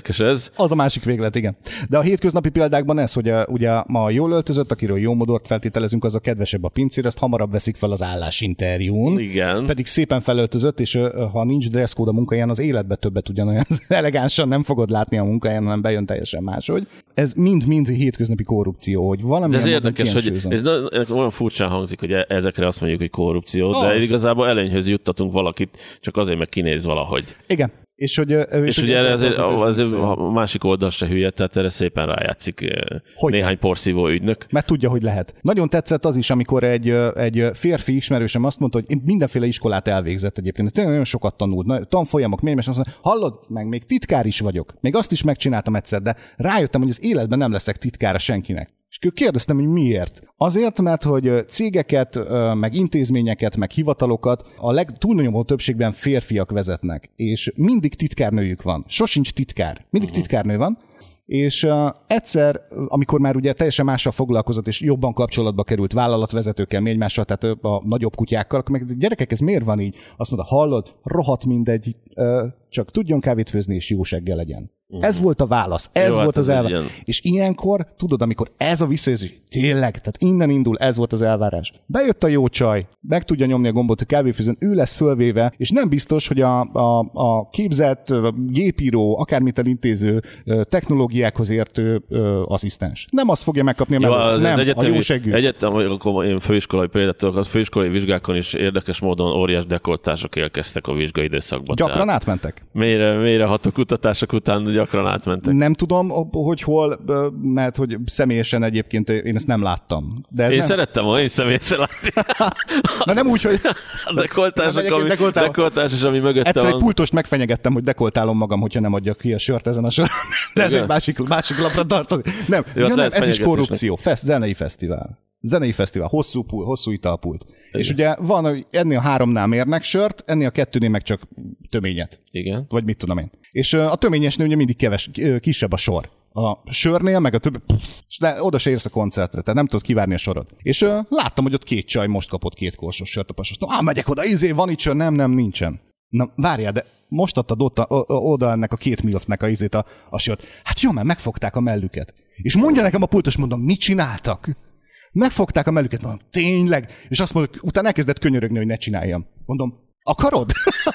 érdekes ez. Az a másik véglet, igen. De a hétköznapi példákban ez, hogy a, ugye ma jól öltözött, akiről jó modort feltételezünk, az a kedvesebb a pincér, azt hamarabb veszik fel az állásinterjún. Igen. Pedig szépen felöltözött, és ha nincs dresszkód a munkahelyen, az életbe többet ugyanolyan elegánsan nem fogod látni a munkahelyen, hanem bejön teljesen máshogy. Ez mind-mind hétköznapi korrupció, hogy valami. De ez érdekes, hogy ez olyan furcsán hangzik, hogy ezekre azt mondjuk, hogy korrupció, de az. Igazából előnyhöz juttatunk valakit, csak azért meg kinéz valahogy. Igen. És, hogy, és, és ugye erre azért, azért a másik oldal se hülye, tehát erre szépen rájátszik hogy néhány porszívó ügynök. Mert tudja, hogy lehet. Nagyon tetszett az is, amikor egy, egy férfi ismerősöm azt mondta, hogy én mindenféle iskolát elvégzett egyébként. Tényleg nagyon sokat tanult. Tanfolyamok, még azt mondta, hallod, meg még titkár is vagyok. Még azt is megcsináltam egyszer, de rájöttem, hogy az életben nem leszek titkára senkinek. És kérdeztem, hogy miért. Azért, mert hogy cégeket, meg intézményeket, meg hivatalokat a legtúlnyomó többségben férfiak vezetnek. És mindig titkárnőjük van. Sosincs titkár. Mindig uh-huh. titkárnő van. És uh, egyszer, amikor már ugye teljesen mással foglalkozott, és jobban kapcsolatba került vállalatvezetőkkel, még egymással, tehát a nagyobb kutyákkal, akkor meg gyerekek, ez miért van így? Azt mondta, hallod, rohadt mindegy, uh, csak tudjon kávét főzni, és jó segge legyen. Uh-huh. Ez volt a válasz, ez jó, volt hát az elvárás. És ilyenkor, tudod, amikor ez a visszajelzés, tényleg, tehát innen indul, ez volt az elvárás. Bejött a jó csaj, meg tudja nyomni a gombot, hogy kávéfőzön, ő lesz fölvéve, és nem biztos, hogy a, a, a képzett, a gépíró, akármit elintéző technológiákhoz értő ö, asszisztens. Nem azt fogja megkapni a mellett, az, nem, az egyetemi, a jó seggű. Egyetem, akkor én főiskolai például, az főiskolai vizsgákon is érdekes módon óriás dekoltások élkeztek a vizsgai időszakban. Gyakran tehát átmentek? Mélyre, mélyreható kutatások után gyakran átmentek. Nem tudom, hogy hol, mert hogy személyesen egyébként én ezt nem láttam. De ez én nem... szerettem volna, én személyesen látni. Na nem úgy, hogy... Dekoltások, ami, dekoltás is, ami mögötte egyszer van. egy pultost megfenyegettem, hogy dekoltálom magam, hogyha nem adjak ki a sört ezen a soron. De ez egy másik, másik lapra tartozik. Nem, ja, nem ez is korrupció. Fest, zenei fesztivál. Zenei fesztivál, hosszú, pult, hosszú italpult. Igen. És ugye van, hogy ennél a háromnál mérnek sört, ennél a kettőnél meg csak töményet. Igen. Vagy mit tudom én. És a töményesnél ugye mindig keves, kisebb a sor. A sörnél, meg a többi, de oda se érsz a koncertre, tehát nem tudod kivárni a sorod. És uh, láttam, hogy ott két csaj most kapott két korsos sört a pasas. Á, megyek oda, izé, van itt sör, nem, nem, nincsen. Na, várjál, de most adtad oda, oda ennek a két milfnek a izét a, a sört. Hát jó, mert megfogták a mellüket. És mondja nekem a pultos, mondom, mit csináltak? Megfogták a mellüket, mondom, tényleg? És azt mondom, utána elkezdett könyörögni, hogy ne csináljam. Mondom, akarod?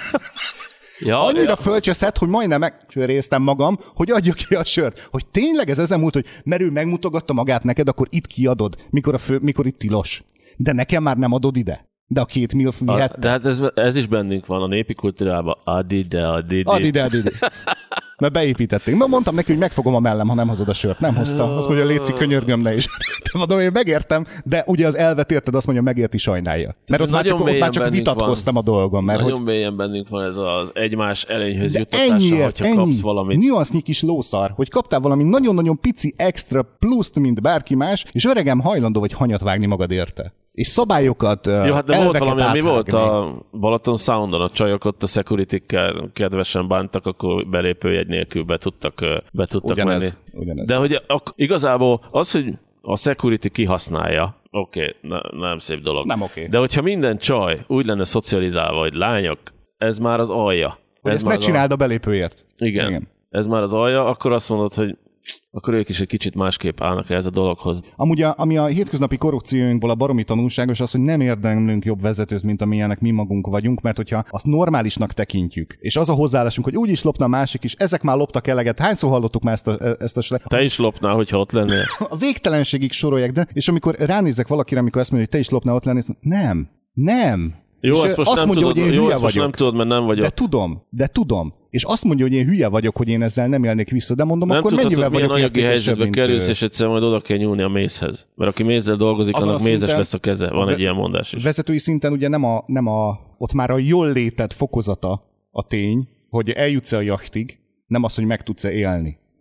Ja, annyira ja. fölcseszett, hogy majdnem megcsöréztem magam, hogy adjuk ki a sört. Hogy tényleg ez ezen múlt, hogy mert ő megmutogatta magát neked, akkor itt kiadod, mikor, a fő, mikor itt tilos. De nekem már nem adod ide. De a két milf vihet. De hát ez, ez is bennünk van a népi kultúrában. Add ide, add ide. Add ide, add ide. Mert beépítették. Ma mondtam neki, hogy megfogom a mellem, ha nem hozod a sört. Nem hozta. Azt mondja, létszik, könyörgöm ne is. Mondom, én megértem, de ugye az elvet érted, azt mondja, megérti, sajnálja. Mert ott már csak, ott már csak vitatkoztam van. a dolgon. Mert nagyon hogy... mélyen bennünk van ez az egymás előnyhöz juttatása, hogyha ennyi, kapsz valamit. Nüansznyi kis lószar, hogy kaptál valami nagyon-nagyon pici extra pluszt, mint bárki más, és öregem hajlandó vagy hanyat vágni magad érte. És szabályokat, jó, hát de volt valami, ami volt a Balaton Soundon, a csajok ott a security-kkel kedvesen bántak, akkor belépőjegy nélkül be tudtak, be tudtak ugyanez, menni. Ugyanez. De hogy ak- igazából az, hogy a security kihasználja, oké, okay, ne, nem szép dolog. Nem oké. Okay. De hogyha minden csaj úgy lenne szocializálva, hogy lányok, ez már az alja. Hogy ez ezt ne csináld a... a belépőért. Igen, Igen, ez már az alja, akkor azt mondod, hogy akkor ők is egy kicsit másképp állnak ez a dologhoz. Amúgy, a, ami a hétköznapi korrupcióinkból a baromi tanulságos, az, hogy nem érdemlünk jobb vezetőt, mint amilyenek mi magunk vagyunk, mert hogyha azt normálisnak tekintjük, és az a hozzáállásunk, hogy úgy is lopna a másik is, ezek már loptak eleget. Hányszor hallottuk már ezt a... Ezt a... Te is lopnál, hogyha ott lennél. A végtelenségig sorolják, de és amikor ránézek valakire, amikor azt mondja, hogy te is lopnál ott lennél, nem, nem. Jó, ezt most azt nem mondja, tudod, hogy én jó, hülye ezt most vagyok. nem tudod, mert nem vagyok. De tudom, de tudom. És azt mondja, hogy én hülye vagyok, hogy én ezzel nem élnék vissza, de mondom, nem akkor tudod, mennyivel vagyok anyagi helyzetbe mint kerülsz, ő. és egyszer majd oda kell nyúlni a mézhez. Mert aki mézzel dolgozik, azon annak mézes szinten, lesz a keze. Van egy ilyen mondás is. Vezetői szinten ugye nem a, nem a, ott már a jól léted fokozata a tény, hogy eljutsz a jachtig, nem az, hogy meg tudsz-e élni.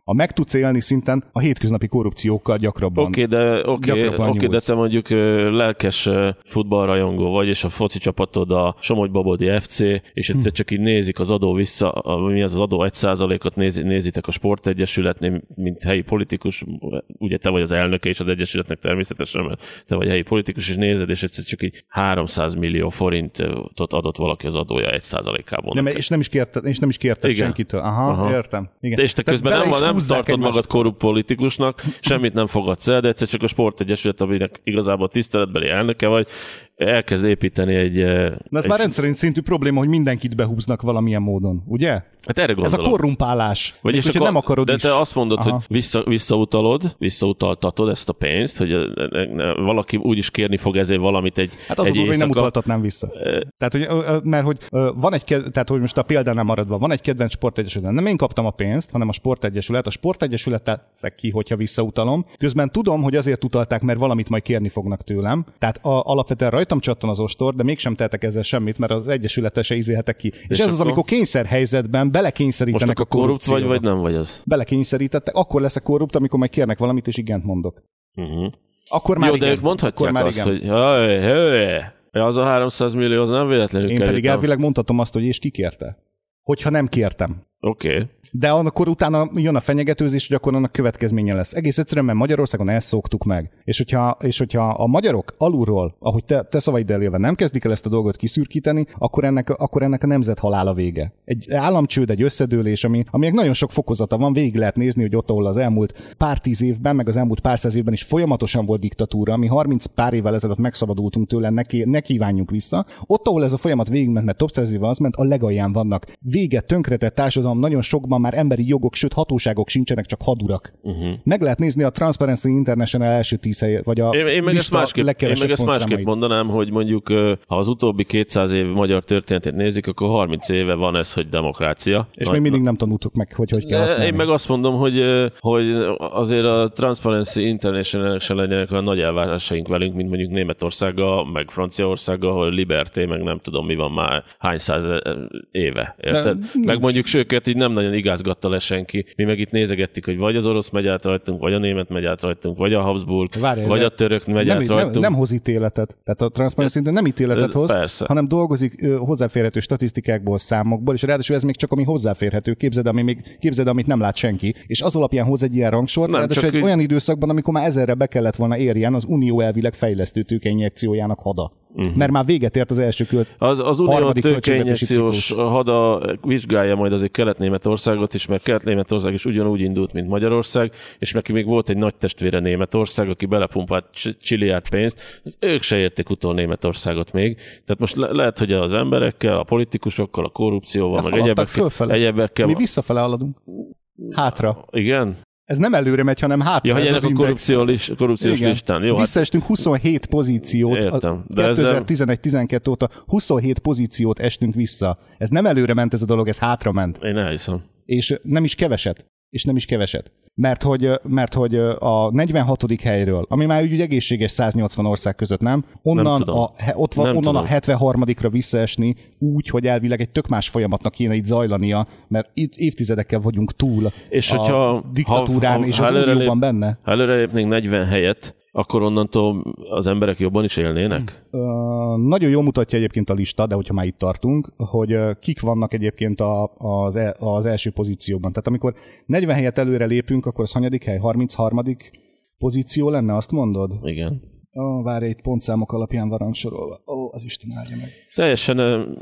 Ha meg tudsz élni szinten, a hétköznapi korrupciókkal gyakrabban. Oké, okay, de, okay, okay, de te mondjuk lelkes futballrajongó vagy, és a foci csapatod a Somogy-Babodi ef cé, és egyszer csak így nézik az adó vissza, mi az az adó egy százalékot nézi, nézitek a sportegyesületnél, mint helyi politikus, ugye te vagy az elnöke és az egyesületnek természetesen, mert te vagy helyi politikus, és nézed, és egyszer csak így háromszáz millió forintot adott valaki az adója egy százalékából. Nem, és nem is kérted, és nem is kérted senkitől. Aha, Aha, értem. Igen. És te közben nem, nem tartod magad korrupt politikusnak, semmit nem fogadsz el, de egyszer csak a sportegyesület, aminek igazából tiszteletbeli elnöke vagy, elkezd építeni egy... De ez egy... már rendszerint szintű probléma, hogy mindenkit behúznak valamilyen módon, ugye? Hát erre gondolom. Ez a korrumpálás. Vagyis akkor, nem akarod de is. te azt mondod, Aha. hogy vissza, visszautalod, visszautaltatod ezt a pénzt, hogy valaki úgy is kérni fog ezért valamit egy Hát az egy hogy nem utaltatnám vissza. E... Tehát, hogy, mert hogy van egy, tehát, hogy most a példánál maradva, van egy kedvenc sportegyesület. Nem én kaptam a pénzt, hanem a sportegyesület. A sportegyesületet ki, hogyha visszautalom. Közben tudom, hogy azért utalták, mert valamit majd kérni fognak tőlem. Tehát a, alapvetően rajtam csattan az ostor, de mégsem tehetek ezzel semmit, mert az egyesületet se izélhetek ki. És, és ez akkor... az, amikor kényszerhelyzetben belekényszerítenek most a korrupcióba. Most vagy, vagy nem vagy az? Belekényszerítettek, akkor leszek korrupt, amikor majd kérnek valamit, és igent mondok. Uh-huh. Akkor már Jó, igen. de ők mondhatják már azt, igen. hogy haj, haj, az a háromszáz millió, az nem véletlenül Én került. pedig elvileg mondhatom azt, hogy és ki kérte. Hogyha nem kértem. Oké. Okay. De akkor utána jön a fenyegetőzés, hogy akkor annak következménye lesz. Egész egyszerűen, mert Magyarországon ezt szoktuk meg. És hogyha, és hogyha a magyarok alulról, ahogy te, te szavaiddal élve nem kezdik el ezt a dolgot kiszürkíteni, akkor ennek, akkor ennek a nemzet halála vége. Egy államcsőd, egy összedőlés, ami, aminek nagyon sok fokozata van, végig lehet nézni, hogy ott, ahol az elmúlt pár tíz évben, meg az elmúlt pár száz évben is folyamatosan volt diktatúra, ami harminc pár évvel ezelőtt megszabadultunk tőle, neki, ne kívánjuk vissza. Ott, ahol ez a folyamat végigment, mert több száz évvel az ment, a legalján vannak. Vége, tönkretett társadalom, nagyon sokban már emberi jogok, sőt hatóságok sincsenek, csak hadurak. Uh-huh. Meg lehet nézni a Transparency International első tíz hely, vagy a én, én meg ezt másképp, én meg ezt másképp mondanám, hogy mondjuk ha az utóbbi kétszáz év magyar történetét nézik, akkor harminc éve van ez, hogy demokrácia. És még mindig nem tanultuk meg, hogy hogy kell használni. Én meg azt mondom, hogy, hogy azért a Transparency International se legyenek olyan nagy elvárásaink velünk, mint mondjuk Németországgal, meg Franciaországgal, ahol Liberté, meg nem tudom mi van már hány száz éve. Érted? Ne, meg mondjuk sőket így nem nagyon igazgatta le senki. Mi meg itt nézegettük, hogy vagy az orosz megy át rajtunk, vagy a német megy át rajtunk, vagy a Habsburg, Várjál, vagy a török megy nem, át rajtunk. Nem, nem hoz ítéletet. Tehát a Transparency nem ítéletet hoz, Persze. hanem dolgozik ö, hozzáférhető statisztikákból, számokból, és ráadásul ez még csak ami hozzáférhető. Képzeld, ami még, képzeld, amit nem lát senki. És az alapján hoz egy ilyen rangsort, ráadásul egy úgy... olyan időszakban, amikor már ezerre be kellett volna érjen az Unió elvileg fejlesztő tőkeinjekciójának hada. Uh-huh. Mert már véget ért az első költ. Az, az unió tőkeinjekciós hada vizsgálja majd azért Kelet-Németországot is, mert Kelet-Németország is ugyanúgy indult, mint Magyarország, és neki még volt egy nagy testvére Németország, aki belepumpált csilliárd pénzt, ők se érték utol Németországot még. Tehát most le- lehet, hogy az emberekkel, a politikusokkal, a korrupcióval, de meg egyebekkel, egyebekkel... Mi visszafele haladunk. Hátra. Igen? Ez nem előre megy, hanem hátra. Ja, hogy ennek a korrupciós, korrupciós listán. Jó, visszaestünk huszonhét pozíciót. Értem, de kétezer-tizenegy tizenkettő óta huszonhét pozíciót estünk vissza. Ez nem előre ment ez a dolog, ez hátra ment. Én elhiszem. És nem is keveset. És nem is keveset. Mert hogy, mert hogy a negyvenhatodik helyről, ami már úgy egészséges száznyolcvan ország között, nem? Onnan, nem a, ott van, nem onnan tudom. a hetvenharmadikra visszaesni úgy, hogy elvileg egy tök más folyamatnak kéne itt zajlania, mert itt évtizedekkel vagyunk túl és a hogyha, diktatúrán, ha, ha, és ha az előre unióban lép, benne. Ha előrelépnénk negyven helyet, akkor onnantól az emberek jobban is élnének? Uh, nagyon jól mutatja egyébként a lista, de hogyha már itt tartunk, hogy uh, kik vannak egyébként a, az, el, az első pozícióban. Tehát amikor negyven helyet előre lépünk, akkor az hanyadik hely? harmincharmadik pozíció lenne, azt mondod? Igen. Ó, várj, itt pontszámok alapján van rangsorolva. Ó, az Isten áldja meg. Teljesen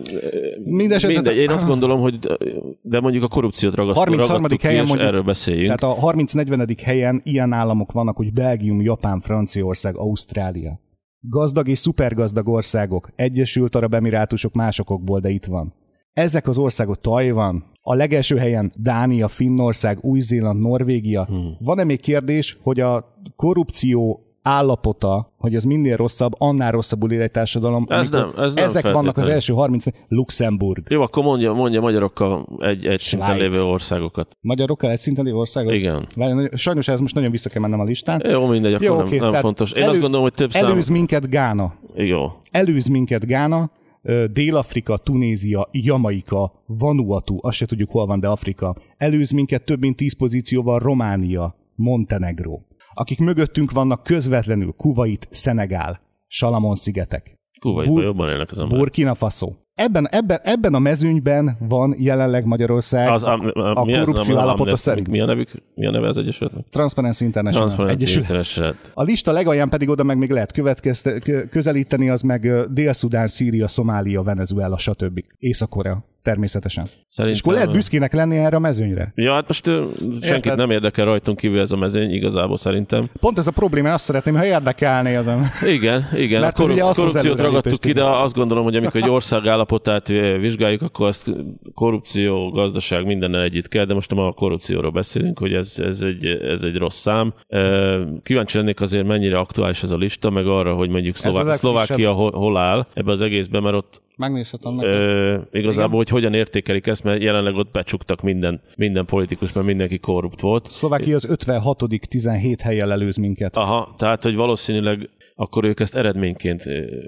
mindegy. mindegy. Én azt gondolom, hogy de mondjuk a korrupciót ragadtuk ki, és mondjuk, erről beszéljünk. Tehát a harminc-negyvenedik helyen ilyen államok vannak, hogy Belgium, Japán, Franciaország, Ausztrália. Gazdag és szupergazdag országok, Egyesült Arab Emirátusok másokból, de itt van. Ezek az országok, Tajvan, a legelső helyen Dánia, Finnország, Új-Zéland, Norvégia. Hmm. Van-e még kérdés, hogy a korrupció állapota, hogy ez minél rosszabb, annál rosszabbul él egy társadalom. Ez nem, ez nem ezek vannak az első harminc. Luxemburg. Jó, akkor mondja, mondja magyarokkal egy, egy szinten lévő országokat. Magyarokkal egy szinten lévő országot? Igen. Várj, sajnos ez most nagyon vissza kell mennem a listán. Jó, mindegy, akkor Jó, nem, okay. nem fontos. Én elő, azt gondolom, hogy több szám... Előz minket Gána. Jó. Előz minket Gána. Dél-Afrika, Tunézia, Jamaika, Vanuatu, azt se tudjuk hol van, de Afrika. Előz minket több mint tíz pozícióval Románia, Montenegró. Akik mögöttünk vannak közvetlenül Kuvait, Szenegál, Salamon-szigetek. Kuwaitban Bur- jobban élnek az emberek. Burkina Faso. Ebben, ebben, ebben a mezőnyben van jelenleg Magyarország az, a, a, a korrupció az, állapota szerint. Mi a nevük? Mi a neve az egyesületnek? Transparency International. Transparency International. A lista legalján pedig oda meg még lehet közelíteni, az meg Dél-Szudán, Szíria, Szomália, Venezuela, stb. Észak-Korea. Természetesen. Szerintem... És akkor lehet büszkének lenni erre a mezőnyre? Ja, hát most senkit Érted? Nem érdekel rajtunk kívül ez a mezőny, igazából szerintem. Pont ez a probléma, azt szeretném, ha érdekelné az a... Igen, igen. Mert a korrup- korrupciót ragadtuk ki, de azt gondolom, hogy amikor egy ország állapotát vizsgáljuk, akkor azt korrupció, gazdaság mindennel együtt kell, de most nem a korrupcióról beszélünk, hogy ez, ez, egy, ez egy rossz szám. Kíváncsi lennék azért, mennyire aktuális ez a lista, meg arra, hogy mondjuk Szlová- Szlovákia hol, hol áll ebbe az egészben, mert ott megnézhetem meg. Ö, igazából, igen? Hogy hogyan értékelik ezt, mert jelenleg ott becsuktak minden, minden politikus, mert mindenki korrupt volt. Szlovákia az ötvenhatodik tizenhét helyen előz minket. Aha, tehát, hogy valószínűleg akkor ők ezt eredményként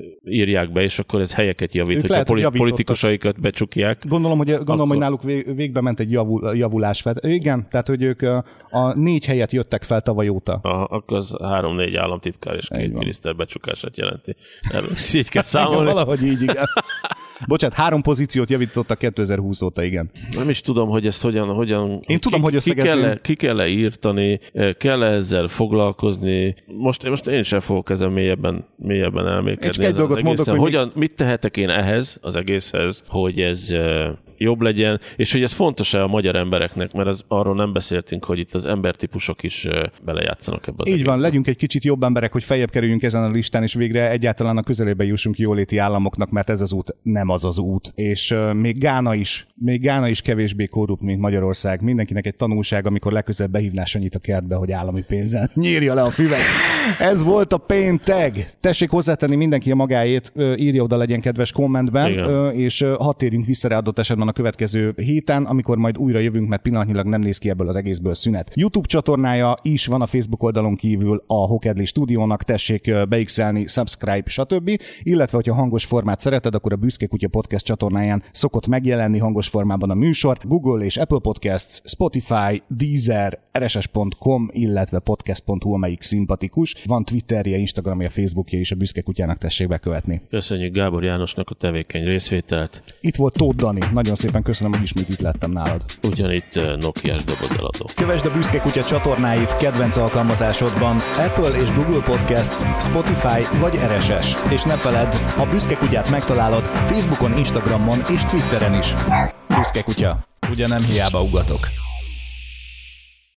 írják be, és akkor ez helyeket javít, ők hogyha lehet, poli- politikusaikat becsukják. Gondolom, hogy, gondolom, akkor... hogy náluk végbe ment egy javul, javulás. Igen, tehát, hogy ők a, a négy helyet jöttek fel tavaly óta. Aha, akkor az három-négy államtitkár és két miniszter becsukását jelenti. Ez így kell számolni. Valahogy így, igen. Bocsánat, három pozíciót javítottak kétezer-húsz óta, igen. Nem is tudom, hogy ezt hogyan... hogyan Én ki, tudom, hogy összegezném. Ki kell, ki kell írtani, kell ezzel foglalkozni. Most, most én sem fogok ezen mélyebben, mélyebben elmélkedni. Egy dolgot mondok, hogy hogyan, mit tehetek én ehhez, az egészhez, hogy ez jobb legyen, és hogy ez fontos-e a magyar embereknek, mert ez, arról nem beszéltünk, hogy itt az embertípusok is belejátszanak ebbe az Így egészben. van, legyünk egy kicsit jobb emberek, hogy feljebb kerüljünk ezen a listán, és végre egyáltalán a közelébe jussunk jóléti államoknak, mert ez az út nem az az út. És uh, még Gána is, még Gána is kevésbé korrupt, mint Magyarország. Mindenkinek egy tanulság, amikor legközelebb behívná Sanyit a kertbe, hogy állami pénzen nyírja le a füvet. Ez volt a péntek. Tessék hozzátenni mindenki a magáét, írja oda, legyen kedves kommentben, Igen. és hadd térjünk vissza rá adott esetben a következő héten, amikor majd újra jövünk, mert pillanatnyilag nem néz ki ebből az egészből szünet. YouTube csatornája is van a Facebook oldalon kívül a Hokedli stúdiónak, tessék beixelni, subscribe, stb. Illetve, hogyha hangos formát szereted, akkor a Büszke Kutya Podcast csatornáján szokott megjelenni hangos formában a műsor. Google és Apple Podcasts, Spotify, Deezer, er es es pont com, illetve podcast pont hu, amelyik szimpatikus. Van Twitterje, Instagramja, Facebookja is, a Büszke Kutyának tessék bekövetni. Köszönjük Gábor Jánosnak a tevékeny részvételt. Itt volt Tóth Dani. Nagyon szépen köszönöm, hogy ismét itt lettem nálad. Ugyanitt Nokiás dobozeladó. Kövesd a Büszke Kutya csatornáit kedvenc alkalmazásodban, Apple és Google Podcasts, Spotify vagy er es es. És ne feledd, a Büszke Kutyát megtalálod Facebookon, Instagramon és Twitteren is. Büszke Kutya. Ugye nem hiába ugatok.